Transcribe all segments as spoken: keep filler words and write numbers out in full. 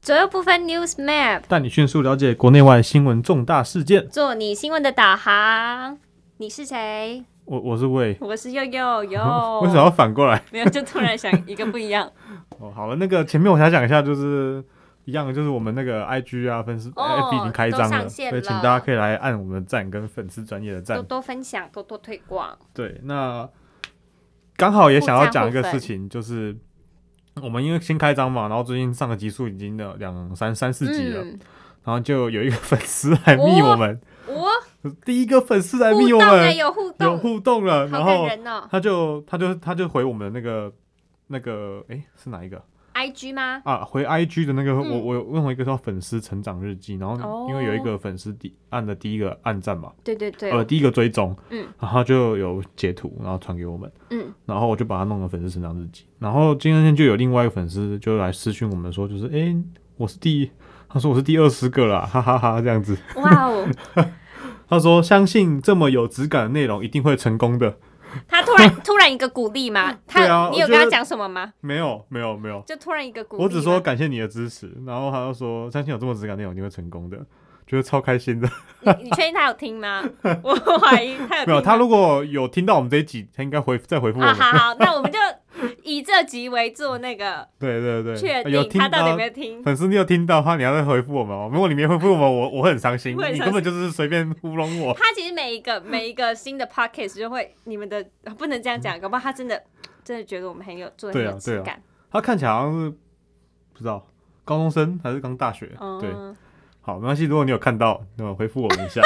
左右不分 News Map， 带你迅速了解国内外新闻重大事件， 做你新闻的导航。你是谁？ 我我是魏， 我是佑佑佑。 为什么要反过来？ 没有，就突然想一个不一样。 哦，好了，那个前面我想讲一下，就是一样的，就是我们那个 I G 啊，粉丝、 哦、 F B 已经开张了， 所以请大家可以来按我们的赞跟粉丝专业的赞， 多多分享，多多推广。 对，那刚好也想要讲一个事情，就是我们因为新开张嘛，然后最近上个集数已经有两三三四集了、嗯，然后就有一个粉丝来密我们， 我、 哦、第一个粉丝来密我们， 欸、有互动， 有互动了，然后他就他就他就回我们的那个那个，哎、欸，是哪一个 ？I G 吗？ 啊，回 I G 的那个， 嗯、 我我有任何一个叫粉丝成长日记，然后因为有一个粉丝第按的第一个按赞嘛， 对对对， 呃，第一个追踪， 嗯， 然后就有截图，然后传给我们， 嗯， 然后我就把它弄了粉丝成长日记，然后今天就有另外一个粉丝就来私讯我们说，就是哎、欸，我是第，他说我是第二十个啦，哈哈哈哈，这样子， 哇哦， 他说相信这么有质感的内容一定会成功的。 他突然突然一个鼓励嘛，他、 啊、 你有跟他讲什么吗？ 没有没有没有， 就突然一个鼓励。 我只说感谢你的支持，然后他就说相信有这么质感的内容一定会成功的，觉得超开心的。 你你确定他有听吗？我怀疑他有听吗。 没有，他如果有听到我们这一集，他应该回再回复我们。 好好好，那我们就以这集为做那个对对对， 确定他到底有没有听。 粉丝你有听到的话，你要再回复我们哦。如果你没回复我们，我我会很伤心。你根本就是随便糊弄我。 他其实每一个每一个新的 podcast 就会，你们的不能这样讲，搞不好他真的真的觉得我们很有做很有质感、啊啊。 他看起来好像是不知道高中生还是刚大学，嗯、对。好，没关系。如果你有看到，那么回复我们一下。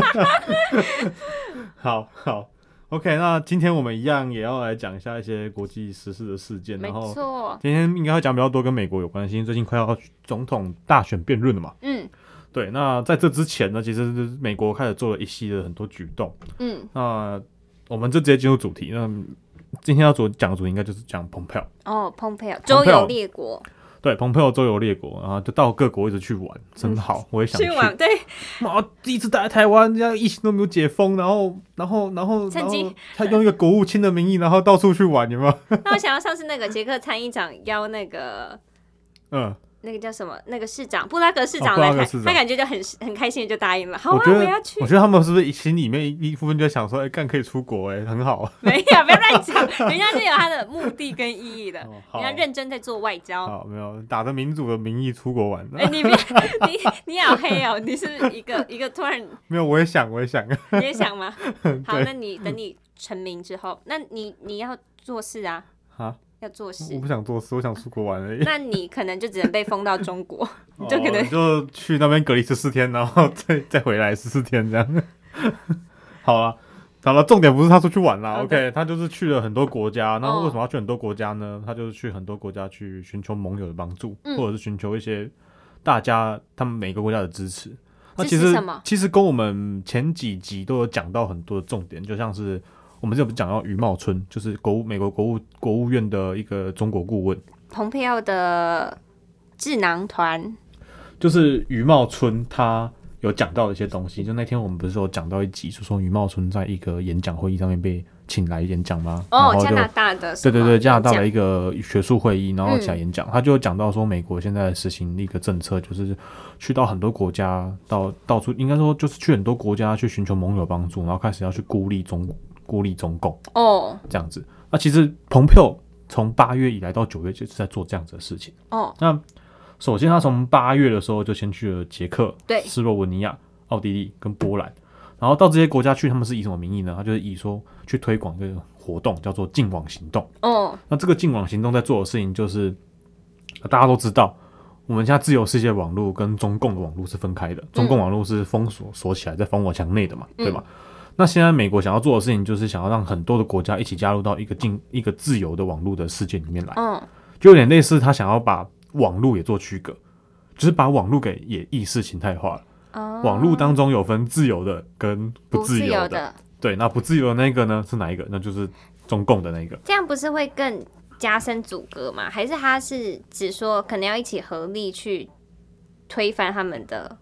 好好 ，OK。那今天我们一样也要来讲一下一些国际时事的事件。 没错。 今天应该会讲比较多跟美国有关系，因为最近快要总统大选辩论了嘛。 嗯。 对。那在这之前呢，其实美国开始做了一系列很多举动。 嗯。 那我们就直接进入主题。那今天要讲的主题应该就是讲蓬佩奥。 哦，蓬佩奥，周游列国。 对，蓬佩奥周游列国，然后就到各国一直去玩，真好，嗯、我也想去。 去玩，对。 哇，第一次待在台湾，这样疫情都没有解封，然后，然后，然后，然后他用一个国务卿的名义，然后到处去玩，有没有？ 那我想到上次那个捷克参议长邀那个，嗯。那个叫什么？那个市长布拉格市长来台、哦，他感觉就很很开心的就答应了。好啊，我, 我要去。 我觉得他们是不是心里面一部分就想说，哎、欸，干可以出国、欸，哎，很好。 没有，不要乱讲，人家是有他的目的跟意义的，哦、人家认真在做外交。 好，没有打着民主的名义出国玩。 哎、欸，你别，你你好黑哦，你是一个一个突然没有，我也想，我也想， 你也想吗？好，那你等你成名之后，那你你要做事啊。啊。要做事， 我不想做事，我想出国玩而已。 那你可能就只能被封到中国，你就可能、 哦、就去那边隔离十四天，然后再再回来十四天这样。好了，好了，重点不是他出去玩啦 ，OK， 他就是去了很多国家。那为什么要去很多国家呢？他就是去很多国家去寻求盟友的帮助、嗯，或者是寻求一些大家他们每个国家的支持。那其实其实跟我们前几集都有讲到很多的重点，就像是。我们这不是讲到余茂春，就是国务美国国务国务院的一个中国顾问， 蓬佩奥的智囊团， 就是余茂春他有讲到一些东西。就那天我们不是有讲到一集，就說余茂春在一个演讲会议上面被请来演讲吗？ 哦，加拿大的， 对对对，加拿大的一个学术会议，然后起来演讲、嗯，他就讲到说，美国现在实行一个政策，就是去到很多国家，到到处应该说就是去很多国家去寻求盟友帮助，然后开始要去孤立中国。孤立中共哦，这样子。那其实蓬佩奥从八月以来到九月就是在做这样子的事情哦。那首先他从八月的时候就先去了捷克、对、斯洛文尼亚、奥地利跟波兰，然后到这些国家去，他们是以什么名义呢？他就是以说去推广这个活动叫做净网行动哦。那这个净网行动在做的事情就是，大家都知道，我们现在自由世界网络跟中共的网络是分开的，中共网络是封锁锁起来在防火墙内的嘛，嗯、对吧？那现在美国想要做的事情，就是想要让很多的国家一起加入到一个进一个自由的网络的世界里面来，嗯，就有点类似他想要把网络也做区隔，就是把网络给也意识形态化了。哦，网络当中有分自由的跟不自由的，不自由的对，那不自由的那个呢是哪一个？那就是中共的那个。 这样不是会更加深阻隔吗？还是他是只说可能要一起合力去推翻他们的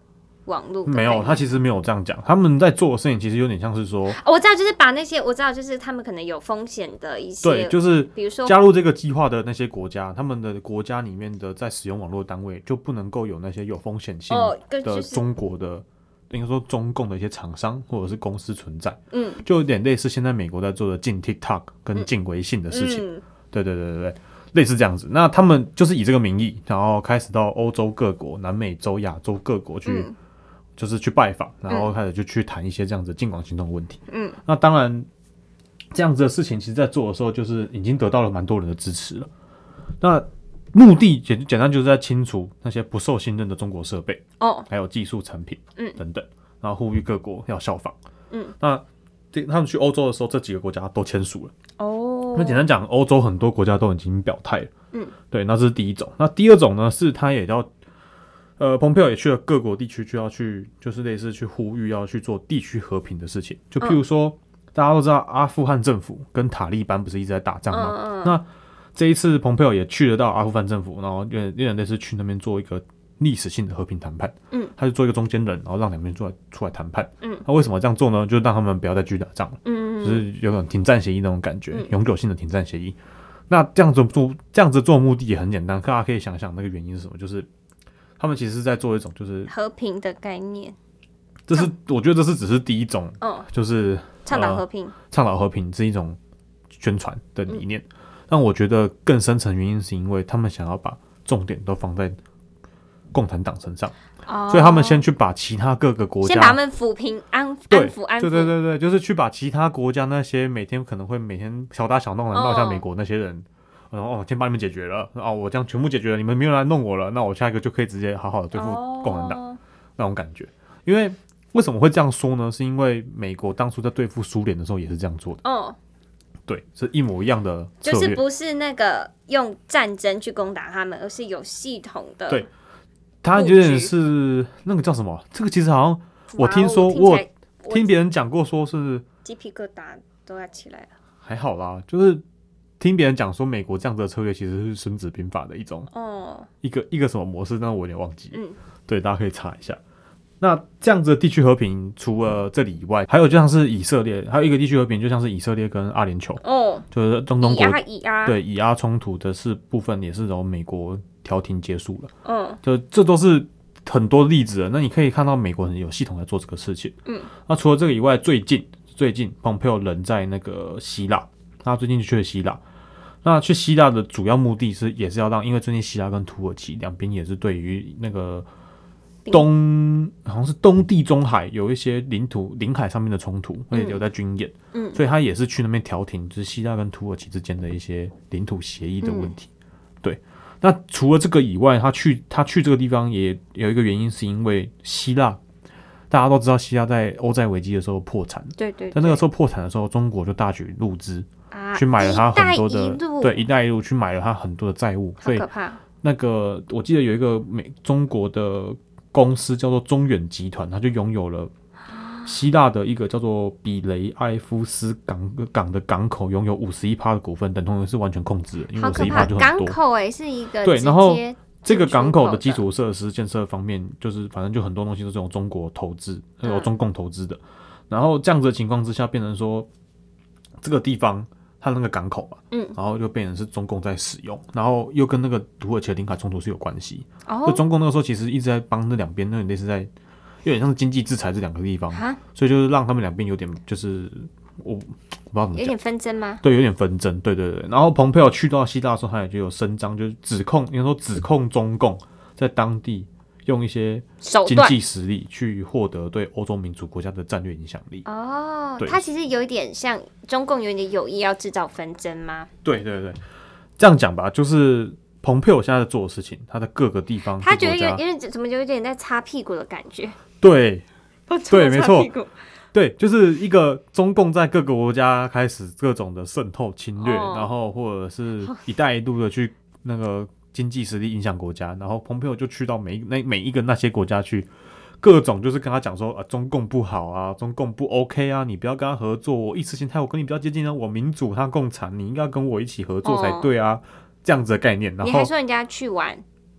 网络。 没有，他其实没有这样讲。他们在做的事情其实有点像是说， 哦，我知道，就是把那些我知道，就是他们可能有风险的一些， 对，就是比如说加入这个计划的那些国家，他们的国家里面的在使用网络单位就不能够有那些有风险性的中国的。哦，应该说中共的一些厂商或者是公司存在，嗯，就有点类似现在美国在做的禁 TikTok 跟禁微信的事情，嗯、对对对对对，类似这样子。那他们就是以这个名义，然后开始到欧洲各国、南美洲、亚洲各国去，嗯、就是去拜访，然后开始就去谈一些这样子禁广行动的问题。嗯，那当然这样子的事情，其实在做的时候，就是已经得到了蛮多人的支持了。那目的简简单就是在清除那些不受信任的中国设备，哦，还有技术产品，嗯，等等，然后呼吁各国要效仿，嗯，那他们去欧洲的时候，这几个国家都签署了，哦，那简单讲，欧洲很多国家都已经表态了，嗯，对，那这是第一种。那第二种呢，是他也要，呃，蓬佩奥也去了各国地区，就要去，就是类似去呼吁要去做地区和平的事情，就譬如说，嗯、大家都知道阿富汗政府跟塔利班不是一直在打仗吗？嗯嗯，那这一次，蓬佩奥也去得到阿富汗政府，然后有点有点类似去那边做一个历史性的和平谈判。嗯，他就做一个中间人，然后让两边出来出来谈判。嗯，那为什么这样做呢？就是让他们不要再继续打仗了。嗯，就是有种停战协议那种感觉，嗯、永久性的停战协议。那这样子做，这样子做的目的也很简单，大家可以想想那个原因是什么？就是他们其实是在做一种就是和平的概念。 这是我觉得这是只是第一种，哦、就是倡导和平， 呃、倡导和平是一种宣传的理念。嗯，但我觉得更深层原因是因为他们想要把重点都放在共产党身上，哦、所以他们先去把其他各个国家先把他们抚平安安抚安抚， 对对对对，就是去把其他国家那些每天可能会每天小打小闹的闹像美国那些人，然后哦先把你们解决了，哦我这样全部解决了，你们没有来弄我了，那我下一个就可以直接好好的对付共产党，哦、那种感觉。因为为什么会这样说呢？是因为美国当初在对付苏联的时候也是这样做的。哦。对，是一模一样的策略， 就是不是那个用战争去攻打他们，而是有系统的。 对，他有点是那个叫什么？这个其实好像我听说，我听别人讲过，说是鸡皮疙瘩都要起来了。 还好啦，就是听别人讲说，美国这样子的策略其实是《孙子兵法》的一种，哦，一个一个什么模式，但我有点忘记。嗯，对，大家可以查一下。那这样子的地区和平，除了这里以外，还有就像是以色列，还有一个地区和平，就像是以色列跟阿联酋，哦，就是中东国以阿对以阿冲突的是部分，也是由美国调停结束了，嗯，就这都是很多例子了。那你可以看到美国人有系统在做这个事情，嗯，那除了这个以外，最近最近蓬佩奥人在那个希腊，他最近就去了希腊。那去希腊的主要目的是，也是要让，因为最近希腊跟土耳其两边也是对于那个。东好像是东地中海有一些领土领海上面的冲突，而且有在军演，嗯，所以他也是去那边调停，就是希腊跟土耳其之间的一些领土协议的问题。嗯、对，那除了这个以外，他去他去这个地方也有一个原因，是因为希腊大家都知道，希腊在欧债危机的时候破产， 对 对, 对， 在那个时候破产的时候，中国就大举入资、啊、去买了他很多的对“一带一路”去买了他很多的债务， 好可怕。 所以那个我记得有一个美中国的。公司叫做中远集团，它就拥有了希腊的一个叫做比雷埃夫斯 港, 港的港口，拥有 百分之五十一 的股份，等同于是完全控制的，因为 百分之五十一 就很多。 港口哎、欸，是一个对，然后这个港口的基础设施建设方面，就是反正就很多东西都是由中国投资，由中共投资的。然后这样子的情况之下，变成说这个地方。它那个港口嘛，嗯，然后就变成是中共在使用，然后又跟那个土耳其的领海冲突是有关系。哦，所以中共那个时候其实一直在帮那两边，那类似在有点像是经济制裁这两个地方，所以就是让他们两边有点就是我我不知道怎么讲， 有点纷争吗？ 对，有点纷争，对对对。然后蓬佩奥去到希腊的时候，他也就有声张，就是指控，应该说指控中共在当地。用一些经济实力去获得对欧洲民主国家的战略影响力。 哦，它其实有一点像中共有点有意要制造纷争吗？ 对对对，这样讲吧，就是蓬佩奥现在在做的事情，他在各个地方， 他觉得有点怎么有一点在擦屁股的感觉。 对，对，没错，对，就是一个中共在各个国家开始各种的渗透侵略，哦、然后或者是一带一路的去那个。经济实力影响国家，然后蓬佩奥就去到每一那每一个那些国家去，各种就是跟他讲说啊，中共不好啊，中共不 OK 啊，你不要跟他合作，我意识形态我跟你比较接近啊，我民主他共产，你应该跟我一起合作才对啊，哦、这样子的概念。然后你还说人家去玩，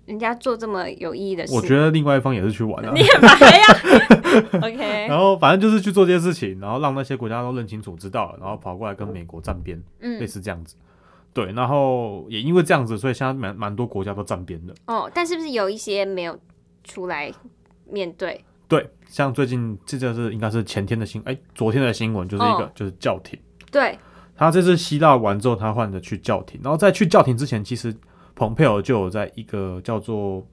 人家做这么有意义的事， 我觉得另外一方也是去玩啊， 你很白呀。OK， 然后反正就是去做这件事情，然后让那些国家都认清楚知道了，然后跑过来跟美国站边，嗯，类似这样子。对，然后也因为这样子，所以现在蛮蛮多国家都站边的。 哦，但是不是有一些没有出来面对？ 对，像最近这就是应该是前天的新，哎，昨天的新闻就是一个、哦、就是教廷。 对， 他这次希腊完之后，他换着去教廷，然后在去教廷之前，其实蓬佩奥就有在一个叫做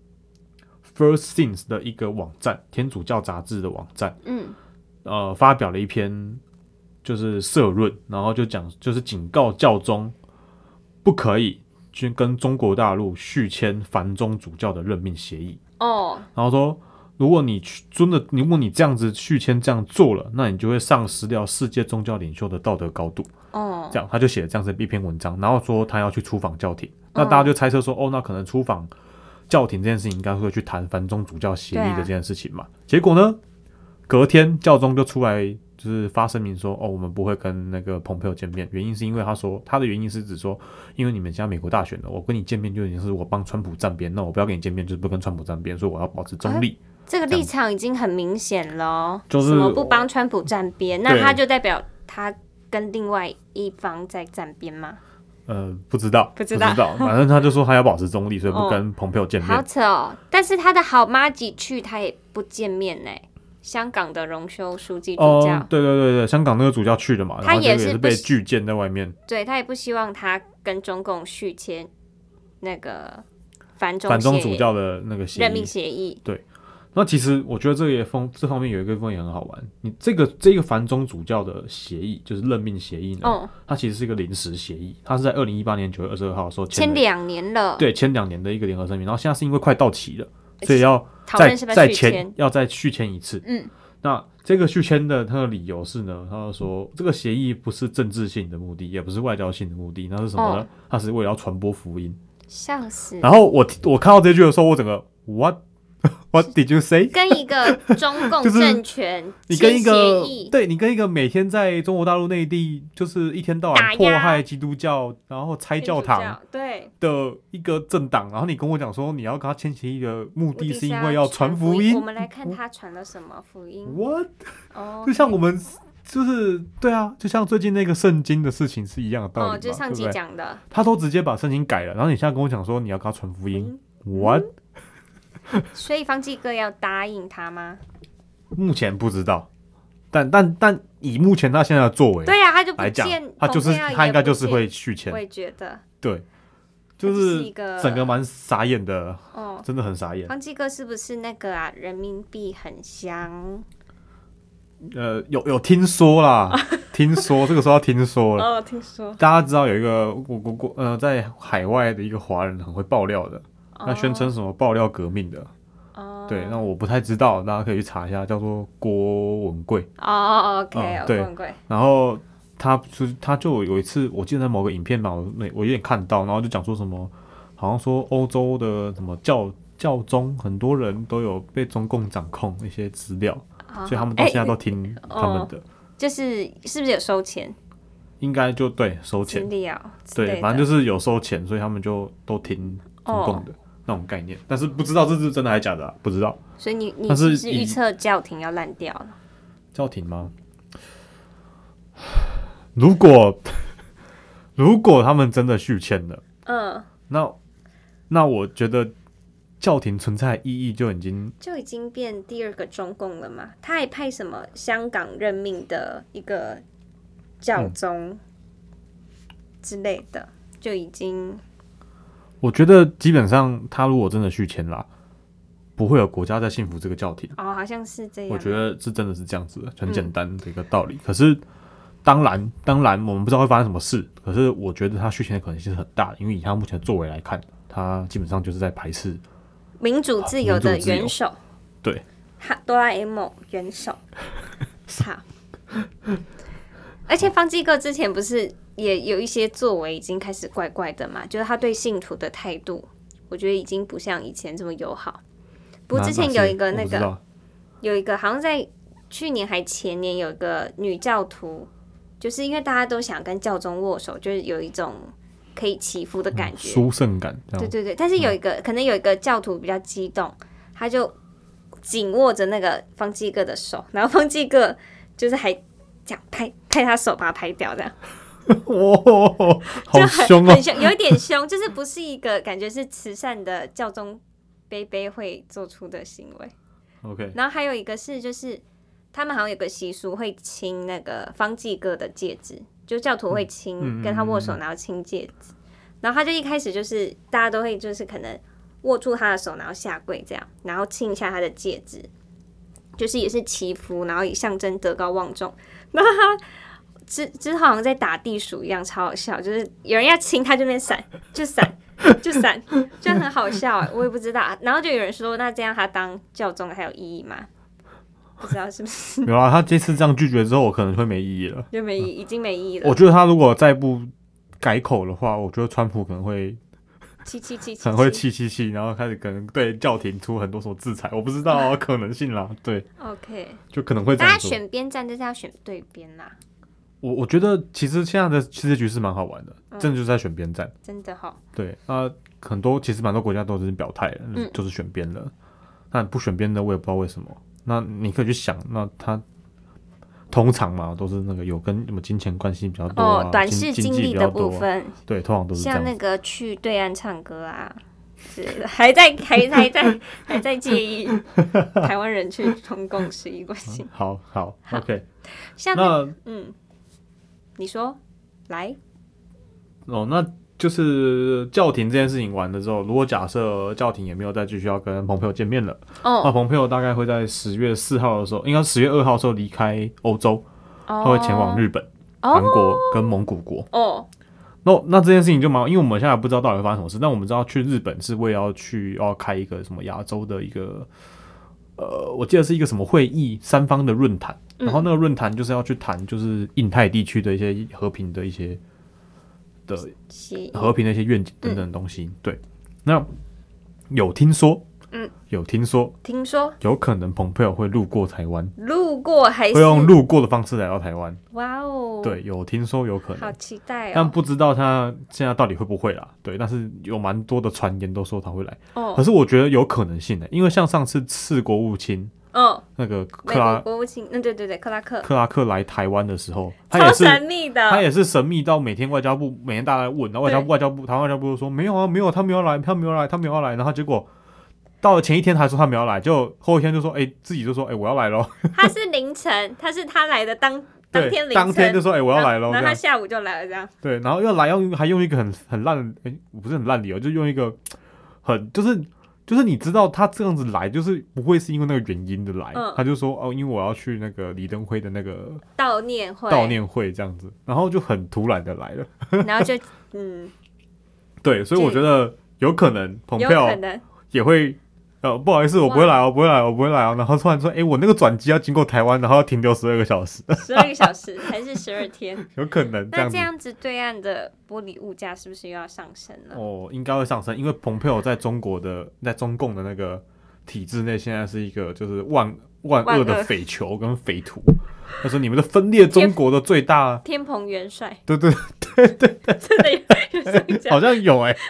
First Things 的一个网站，天主教杂志的网站，嗯，呃，发表了一篇就是社论，然后就讲就是警告教宗不可以去跟中国大陆续签梵宗主教的任命协议哦，然后说如果你真的如果你这样子续签这样做了，那你就会丧失掉世界宗教领袖的道德高度哦。这样他就写了这样子一篇文章，然后说他要去出访教廷，那大家就猜测说哦，那可能出访教廷这件事情应该会去谈梵宗主教协议的这件事情嘛。啊、结果呢，隔天教宗就出来就是发声明说，哦，我们不会跟那个蓬佩奥见面，原因是因为他说他的原因是指说，因为你们现在美国大选了，我跟你见面就已经是我帮川普站边，那我不要跟你见面就是不跟川普站边，所以我要保持中立。 啊、这个立场已经很明显了，就是什么不帮川普站边，那他就代表他跟另外一方在站边吗？ 呃，不知道， 不知道， 不知道，反正他就说他要保持中立，所以不跟蓬佩奥见面。 好扯哦！但是他的好妈吉去，他也不见面呢。香港的荣休书记主教， 哦，对对对对，香港那个主教去了嘛， 他也是被拒见在外面。 对，他也不希望他跟中共续签那个梵宗梵宗主教的那个协议任命协议。 对。那其实我觉得这个也方这方面有一个部分也很好玩，你这个这个梵宗主教的协议就是任命协议呢，哦、它其实是一个临时协议，它是在二零一八年九月二十二号的时候签两年了， 对，签两年的一个联合声明，然后现在是因为快到期了，所以要再再签，要再续签一次。嗯，那这个续签的它的理由是呢，他就说这个协议不是政治性的目的，也不是外交性的目的，那是什么呢？哦、它是为了要传播福音。 笑死！ 然后我我看到这句的时候，我整个 what。What did you say？ 跟一个中共政权你跟一个对你跟一个每天在中国大陆内地就是一天到晚迫害基督教，然后拆教堂对的一个政党，然后你跟我讲说你要跟他签协议的目的是因为要传福音。 我们来看他传了什么福音。 What？、Oh, 就像我们就是对啊，就像最近那个圣经的事情是一样的道理嘛。 哦，就是上集讲的， 他都直接把圣经改了，然后你现在跟我讲说你要跟他传福音、嗯、，What？ 所以方济各要答应他吗？ 目前不知道，但但但以目前他现在的作为， 对啊，他就不见， 他就是他应该就是会续签。 我也觉得， 对，就是整个蛮傻眼的，哦，真的很傻眼。 方济各是不是那个啊？人民币很香？ 呃，有有听说啦，听说这个时候要听说了。 哦，听说大家知道有一个国国国呃，在海外的一个华人很会爆料的。他宣称什么爆料革命的？哦，对，那我不太知道，大家可以去查一下，叫做郭文贵。 哦 ，OK，、嗯、 对， 郭文贵。 然后他就是他就有一次，我记得在某个影片吧，我我有点看到，然后就讲说什么，好像说欧洲的什么教教宗，很多人都有被中共掌控一些资料，哦、所以他们到现在都听他们的。 哦、就是是不是有收钱？ 应该就对收钱。 资料。 对，反正就是有收钱，所以他们就都听中共的。哦那种概念，但是不知道这是真的还是假的、啊，不知道。 所以你你是预测教廷要烂掉了？ 教廷吗？如果如果他们真的续签了，嗯，那那我觉得教廷存在的意义就已经就已经变第二个中共了嘛？他还派什么香港任命的一个教宗之类的，嗯、就已经。 我觉得基本上，他如果真的续签啦，不会有国家在信服这个教廷。 哦，好像是这样。 我觉得是真的是这样子的，很简单的一个道理。嗯、可是，当然，当然，我们不知道会发生什么事。可是，我觉得他续签的可能性是很大的，因为以他目前的作为来看，他基本上就是在排斥民主自由的元首。 对， 哈，哆啦 A 梦元首。好。而且方济各之前不是也有一些作为已经开始怪怪的嘛，就是他对信徒的态度，我觉得已经不像以前这么友好。不过之前有一个那个，有一个好像在去年还前年有一个女教徒，就是因为大家都想跟教宗握手，就是有一种可以祈福的感觉， 殊胜感。 对对对，但是有一个、嗯、可能有一个教徒比较激动，他就紧握着那个方济各的手，然后方济各就是还这样拍拍他手，把他拍掉，这样。 哇，好凶哦， 很凶，有一点凶，就是不是一个感觉是慈善的教宗杯杯会做出的行为。 OK， 然后还有一个是，就是他们好像有个习俗会亲那个方济各的戒指，就教徒会亲、嗯、跟他握手，然后亲戒指。然后他就一开始就是大家都会就是可能握住他的手，然后下跪这样，然后亲一下他的戒指，就是也是祈福，然后以象征德高望重。然后他之之后好像在打地鼠一样，超好笑，就是有人要亲他就那边闪，就闪就闪，就很好笑，我也不知道。然后就有人说，那这样他当教宗还有意义吗？不知道是不是？ 有啊，他这次这样拒绝之后，我可能会没意义了， 就没意义，已经没意义了。 我觉得他如果再不改口的话，我觉得川普可能会气气气， 可能会气气气，然后开始可能对教廷出很多所制裁，我不知道、啊、可能性啦。对 ，OK， 就可能会这样做。 大家选边站，就是要选对边啦。 我我觉得其实现在的其实局势蛮好玩的，嗯、真的就是在选边站， 真的好。 对啊、呃，很多其实蛮多国家都是表态了、嗯，就是选边了。那不选边的，我也不知道为什么。那你可以去想，那他通常嘛都是那个有跟什么金钱关系比较多啊， 哦、短视经历的部分， 啊、对，通常都是这样。 像那个去对岸唱歌啊之类的，还在还还在还在介意台湾人去中共十一关系。 好好 ，OK。 像那嗯。你说，来哦，那就是教廷这件事情完了之后，如果假设教廷也没有再继续要跟蓬佩奥见面了，哦，那蓬佩奥大概会在十月四号的时候，应该十月二号的时候离开欧洲，哦，他会前往日本、韩、哦、国跟蒙古国。哦，那那这件事情就蛮，因为我们现在不知道到底会发生什么事，但我们知道去日本是为了要去要开一个什么亚洲的一个。呃，我记得是一个什么会议，三方的论坛，然后那个论坛就是要去谈，就是印太地区的一些和平的一些的和平的一些愿景等等的东西。嗯、对，那有听说，嗯，有听说， 听说有可能蓬佩奥会路过台湾， 路过还是会用路过的方式来到台湾。 哇哦， 对，有听说有可能， 好期待哦！ 但不知道他现在到底会不会啦。对，但是有蛮多的传言都说他会来。哦，可是我觉得有可能性的，因为像上次次国务卿，哦，那个克拉国务卿，嗯，对对对，克拉克， 克拉克来台湾的时候，他也是超神秘的， 他也是神秘到每天外交部每天大家来问，然后外交部外交部台湾外交部说没有啊，没有，他没有来，他没有来，他没有来，然后结果。到了前一天还说他没有来，就后一天就说，哎、欸，自己就说，哎、欸，我要来咯。 他是凌晨，他是他来的当当天凌晨， 当天就说，哎、欸，我要来咯。 然后他下午就来了，这样。 对，然后要来用还用一个很很烂，哎、欸，不是很烂理由，就用一个很就是就是你知道他这样子来，就是不会是因为那个原因的来，嗯、他就说哦，因为我要去那个李登辉的那个悼念会， 悼念会这样子，然后就很突然的来了， 然后就嗯， 对，所以我觉得有可能蓬佩奥也会。呃，不好意思，我不会来哦，不会来，我不会来哦。然后突然说，哎、欸，我那个转机要经过台湾，然后要停留十二个小时， 十二个小时还是十二天？ 有可能这样子。 那这样子，对岸的玻璃物价是不是又要上升了？ 哦，应该会上升，因为蓬佩奥在中国的，在中共的那个体制内，现在是一个就是万万恶的匪酋跟匪徒。他说：“你们的分裂中国的最大天蓬元帅。” 对对对对对， 真的有有这样讲， 好像有哎、欸。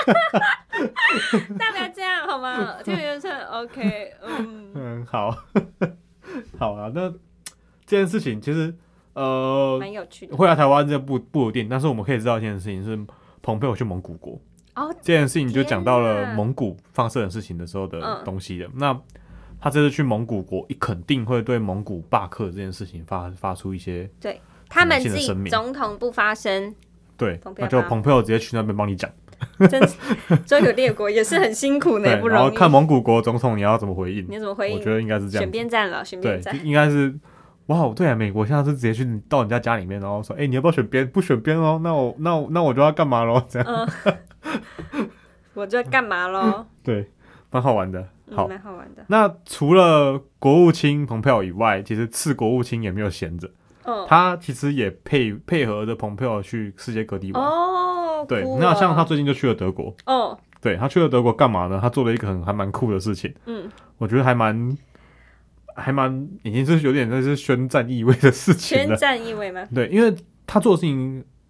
大不要这样好吗？天蓬元帅 ，OK， 嗯嗯，好，好啊。那这件事情其实呃蛮有趣的。 会来台湾这不不一定，但是我们可以知道一件事情是，蓬佩奥去蒙古国。哦，这件事情就讲到了蒙古放射人事情的时候的东西了。嗯、那他这次去蒙古国，肯定会对蒙古罢课这件事情发发出一些对他们自己总统不发声， 对，那就蓬佩奥直接去那边帮你讲。 真周游列国也是很辛苦的，不容易。 然后看蒙古国总统你要怎么回应？ 你怎么回应？ 我觉得应该是这样， 选边站了，选边站， 应该是哇，对啊，美国现在是直接去到人家家里面，然后说，哎、欸，你要不要选边？不选边哦，那我那我那我就要干嘛咯？这样， 嗯、我就要干嘛咯？ 对，蛮好玩的。好， 蛮、嗯、好玩的。 那除了国务卿蓬佩奥以外，其实次国务卿也没有闲着。哦、他其实也配配合着蓬佩奥去世界各地玩。哦，对，那像他最近就去了德国。哦，对，他去了德国干嘛呢？他做了一个很还蛮酷的事情。嗯，我觉得还蛮还蛮已经是有点那是宣战意味的事情了。 宣战意味吗？ 对，因为他做的事情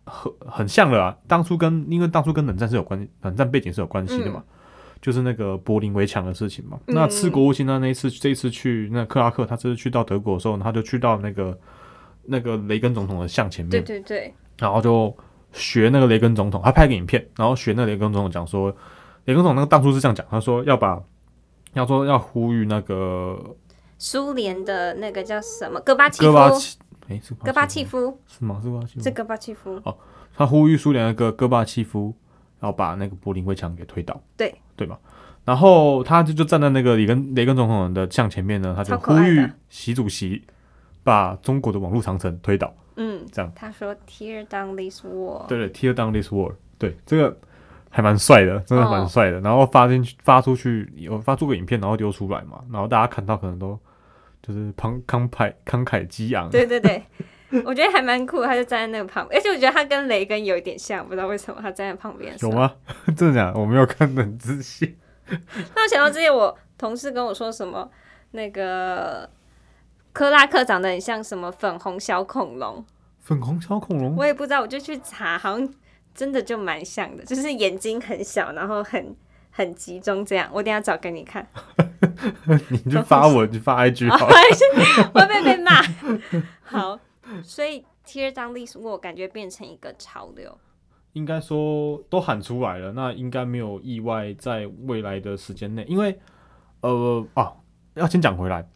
很很像了啊。当初跟因为当初跟冷战是有关，冷战背景是有关系的嘛，嗯、就是那个柏林围墙的事情嘛。嗯、那次国务卿他那一次这一次去那克拉克，他这次去到德国的时候，他就去到那个那个雷根总统的像前面， 对对对， 然后就学那个雷根总统，他拍个影片，然后学那个雷根总统讲说，雷根总统那个当初是这样讲，他说要把要说要呼吁那个。 苏联的那个叫什么戈巴契夫？ 戈巴契，哎，是戈巴契夫是吗？是戈巴契夫， 是戈巴契夫。 哦，他呼吁苏联那个戈巴契夫要把那个柏林围墙给推倒， 对对吧？然后他就就站在那个雷根雷根总统的像前面呢，他就呼吁习主席把中国的网络长城推倒。嗯，这样他说 Tear down this wall。 对对 ，Tear down this wall。对，这个还蛮帅的，真的蛮帅的。哦、然后发进去发出去，有发出个影片，然后丢出来嘛，然后大家看到可能都。就是慷慷慨慷慨激昂， 对对对，我觉得还蛮酷，他就站在那个旁边，而且我觉得他跟雷根有一点像，不知道为什么他站在旁边。 有吗？真的假的？我没有看得很仔细。 那我想到之前我同事跟我说什么，那个克拉克长得很像什么粉红小恐龙， 粉红小恐龙， 我也不知道，我就去查，好像真的就蛮像的，就是眼睛很小，然后很很集中这样。我等一下找给你看。 你就发我，你发 I G 好了， 我会被被骂。好，所以 Tear down this wall 感觉变成一个潮流。 应该说都喊出来了，那应该没有意外，在未来的时间内，因为呃啊，要先讲回来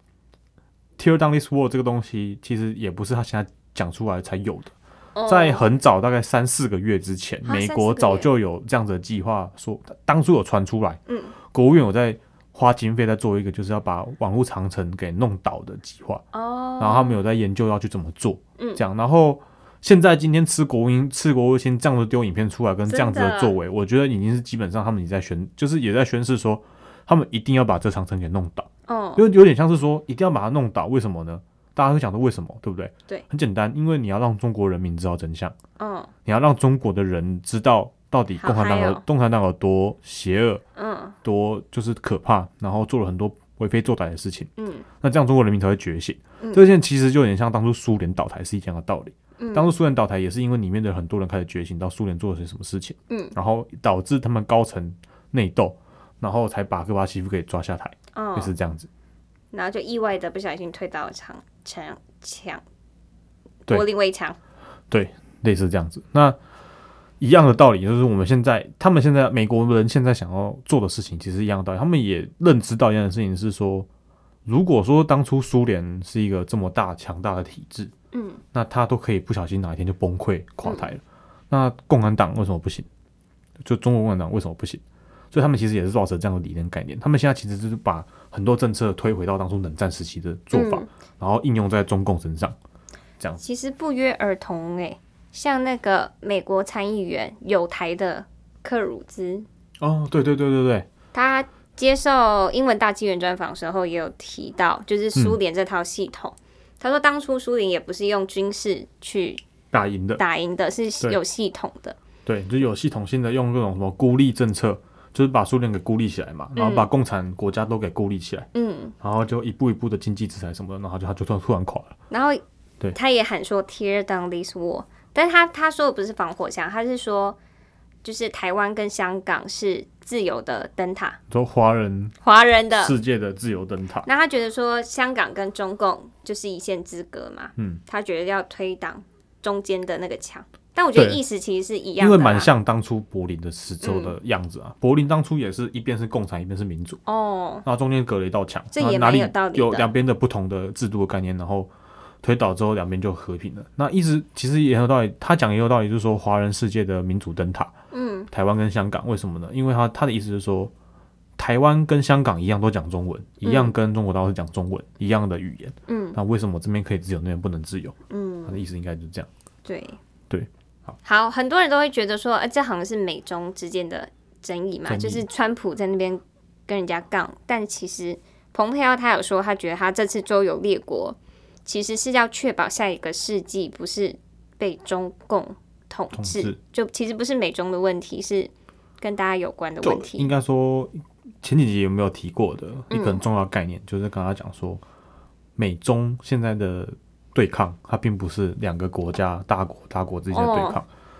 ，Tear down this wall 这个东西其实也不是他现在讲出来才有的。Oh. 在很早，大概三四个月之前，美国早就有这样子的计划，说当初有传出来，嗯，国務院有在花经费在做一个就是要把网络长城给弄倒的计划，哦，然后他们有在研究要去怎么做，嗯，这样，然后现在今天吃国务卿吃国务卿这样子丢影片出来，跟这样子的作为，我觉得已经是基本上他们也在宣，就是也在宣示说，他们一定要把这长城给弄倒，哦，因为有点像是说一定要把它弄倒，为什么呢？大家会讲说为什么，对不对？对，很简单，因为你要让中国人民知道真相，嗯，你要让中国的人知道到底共产党有、哦、共产党有多邪恶，嗯，多就是可怕，然后做了很多为非作歹的事情，嗯，那这样中国人民才会觉醒。嗯、这件其实就有点像当初苏联倒台是一样的道理。嗯，当初苏联倒台也是因为里面的很多人开始觉醒到苏联做了些什么事情，嗯，然后导致他们高层内斗，然后才把戈巴契夫给抓下台，哦，就是这样子。 然后就意外的不小心推倒了墙墙墙，柏林围墙， 对，类似这样子。那一样的道理，就是我们现在，他们现在美国人现在想要做的事情，其实一样的道理。他们也认知到一样的事情是说，如果说当初苏联是一个这么大强大的体制，嗯，那他都可以不小心哪一天就崩溃垮台了。嗯、那共产党为什么不行？就中国共产党为什么不行？所以他们其实也是抱着这样的理念概念，他们现在其实就是把很多政策推回到当初冷战时期的做法，嗯、然后应用在中共身上，这样其实不约而同哎、欸，像那个美国参议员友台的克鲁兹， 哦，对对对对对， 他接受英文大纪元专访的时候也有提到，就是苏联这套系统，嗯、他说当初苏联也不是用军事去打赢的， 打赢的是有系统的， 对，就有系统性的用这种什么孤立政策。就是把苏联给孤立起来嘛，然后把共产国家都给孤立起来，嗯，然后就一步一步的经济制裁什么的，然后就他就突然垮了。 然后，对，他也喊说 "Tear down this wall"， 但是他他说的不是防火墙，他是说就是台湾跟香港是自由的灯塔， 说华人华人的世界的自由灯塔。 那他觉得说香港跟中共就是一线之隔嘛，嗯，他觉得要推挡中间的那个墙。但我觉得意思其实是一样的、啊， 因为蛮像当初柏林的时候的样子啊。嗯、柏林当初也是一边是共产，一边是民主，哦，然后中间隔了一道墙， 这也蛮有道理的。 有两边的不同的制度的概念，然后推倒之后，两边就和平了。那意思其实也有道理，他讲也有道理，就是说华人世界的民主灯塔，嗯，台湾跟香港为什么呢？因为他他的意思是说，台湾跟香港一样都讲中文，一样跟中国大陆是讲中文，一样的语言，嗯，那为什么这边可以自由，那边不能自由？嗯，他的意思应该就是这样。 对对。 好，很多人都会觉得说，呃，这好像是美中之间的争议嘛，就是川普在那边跟人家杠，但其实蓬佩奥他有说，他觉得他这次周游列国，其实是要确保下一个世纪不是被中共统治，统治就其实不是美中的问题，是跟大家有关的问题。 应该说前几集有没有提过的一个很重要的概念，嗯、就是刚刚讲说，美中现在的对抗，它并不是两个国家大国大国之间的对抗，哦、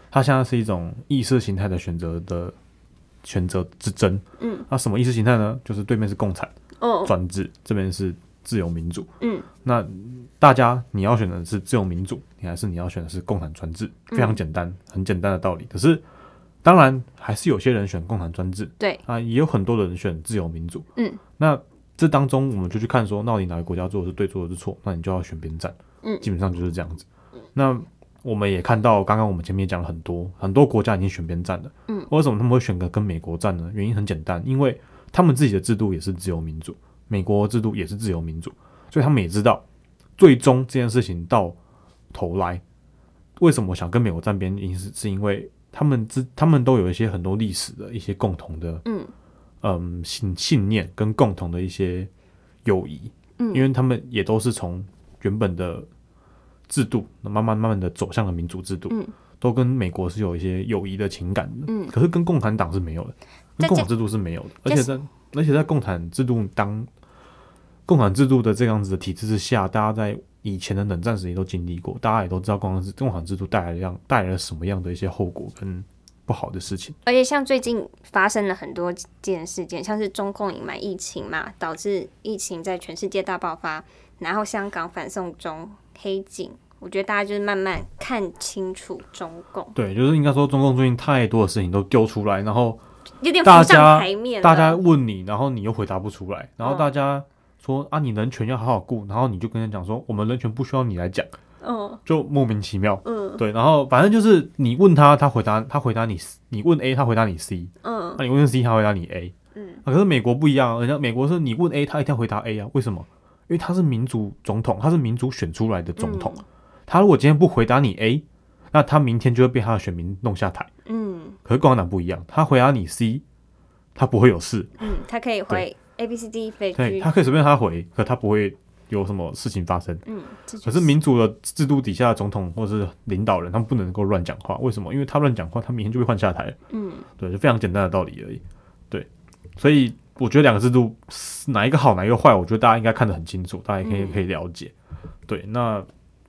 它现在是一种意识形态的选择的选择之争。 嗯， 那什么意识形态呢？就是对面是共产哦， 专制，这边是自由民主。 嗯， 那大家你要选的是自由民主，你还是你要选的是共产专制？非常简单，嗯、很简单的道理。可是当然还是有些人选共产专制， 对啊，也有很多人选自由民主。 嗯， 那这当中我们就去看说，到底哪个国家做的是对，做的是错，那你就要选边站。 嗯， 基本上就是这样子。那我们也看到，刚刚我们前面也讲了很多，很多国家已经选边站了。 嗯， 为什么他们会选个跟美国站呢？原因很简单，因为他们自己的制度也是自由民主，美国制度也是自由民主，所以他们也知道，最终这件事情到头来，为什么想跟美国站边，是是因为他们之他们都有一些很多历史的一些共同的，嗯嗯信信念跟共同的一些友谊，嗯，因为他们也都是从原本的制度慢慢慢慢的走向了民主制度，嗯，都跟美国是有一些友谊的情感的，嗯，可是跟共产党是没有的，跟共产制度是没有的，而且在而且在共产制度当共产制度的这样子的体制之下，大家在以前的冷战时期都经历过，大家也都知道共产共产制度带来样带来了什么样的一些后果跟不好的事情。 而且像最近发生了很多件事件，像是中共隐瞒疫情嘛，导致疫情在全世界大爆发，然后香港反送中、黑警，我觉得大家就是慢慢看清楚中共。 对，就是应该说中共最近太多的事情都丢出来，然后有点浮上台面了， 大家问你，然后你又回答不出来，然后大家说、嗯、啊，你人权要好好顾，然后你就跟人讲说，我们人权不需要你来讲，嗯，就莫名其妙，嗯，对，然后反正就是你问他，他回答，他回答你，你问 A， 他回答你 C， 嗯，那、啊、你问 C， 他回答你 A， 嗯、啊，可是美国不一样，人家美国是你问 A， 他一定要回答 A 啊，为什么？因为他是民主总统，他是民主选出来的总统，嗯、他如果今天不回答你 A， 那他明天就会被他的选民弄下台，嗯，可是共产党不一样，他回答你 C， 他不会有事， 嗯，他可以回 A B C D 非 G， 对，他可以随便他回，可他不会有什么事情发生，嗯，就是、可是民主的制度底下的总统或者是领导人，他们不能够乱讲话，为什么？因为他乱讲话，他明天就会换下台，嗯，对，就非常简单的道理而已，对，所以我觉得两个制度哪一个好，哪一个坏，我觉得大家应该看得很清楚，大家可以、嗯、可以了解，对，那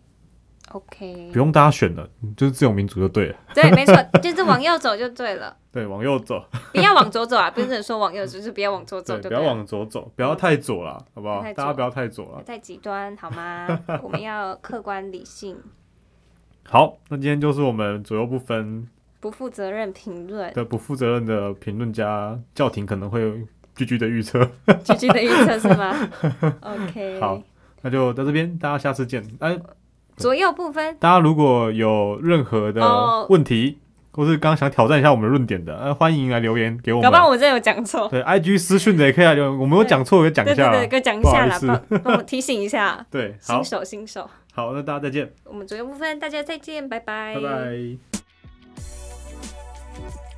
OK， 不用大家选了，就是自由民主就对了， 对，没错，就是往右走就对了。 对，往右走， 不要往左走啊！不是说往右走，就是不要往左走就对了。 不要往左走，不要太左啦，好不好？大家不要太左了， 太极端好吗？我们要客观理性。 好，那今天就是我们左右不分、 不负责任评论的不负责任的评论家教廷可能会有句句的预测， 句句的预测是吗 ？OK， 好，那就到这边，大家下次见。哎， 左右不分。 大家如果有任何的问题。Oh,或是刚刚想挑战一下我们的论点的、呃，欢迎来留言给我们。 搞不好我真的有讲错。 对 ，I G 私讯的也可以来留言，我们有讲错，也讲一下。 对对对，给讲一下啦，帮我提醒一下。 对， 新手新手。 好，那大家再见。 我们左右不分，大家再见，拜拜。 拜拜。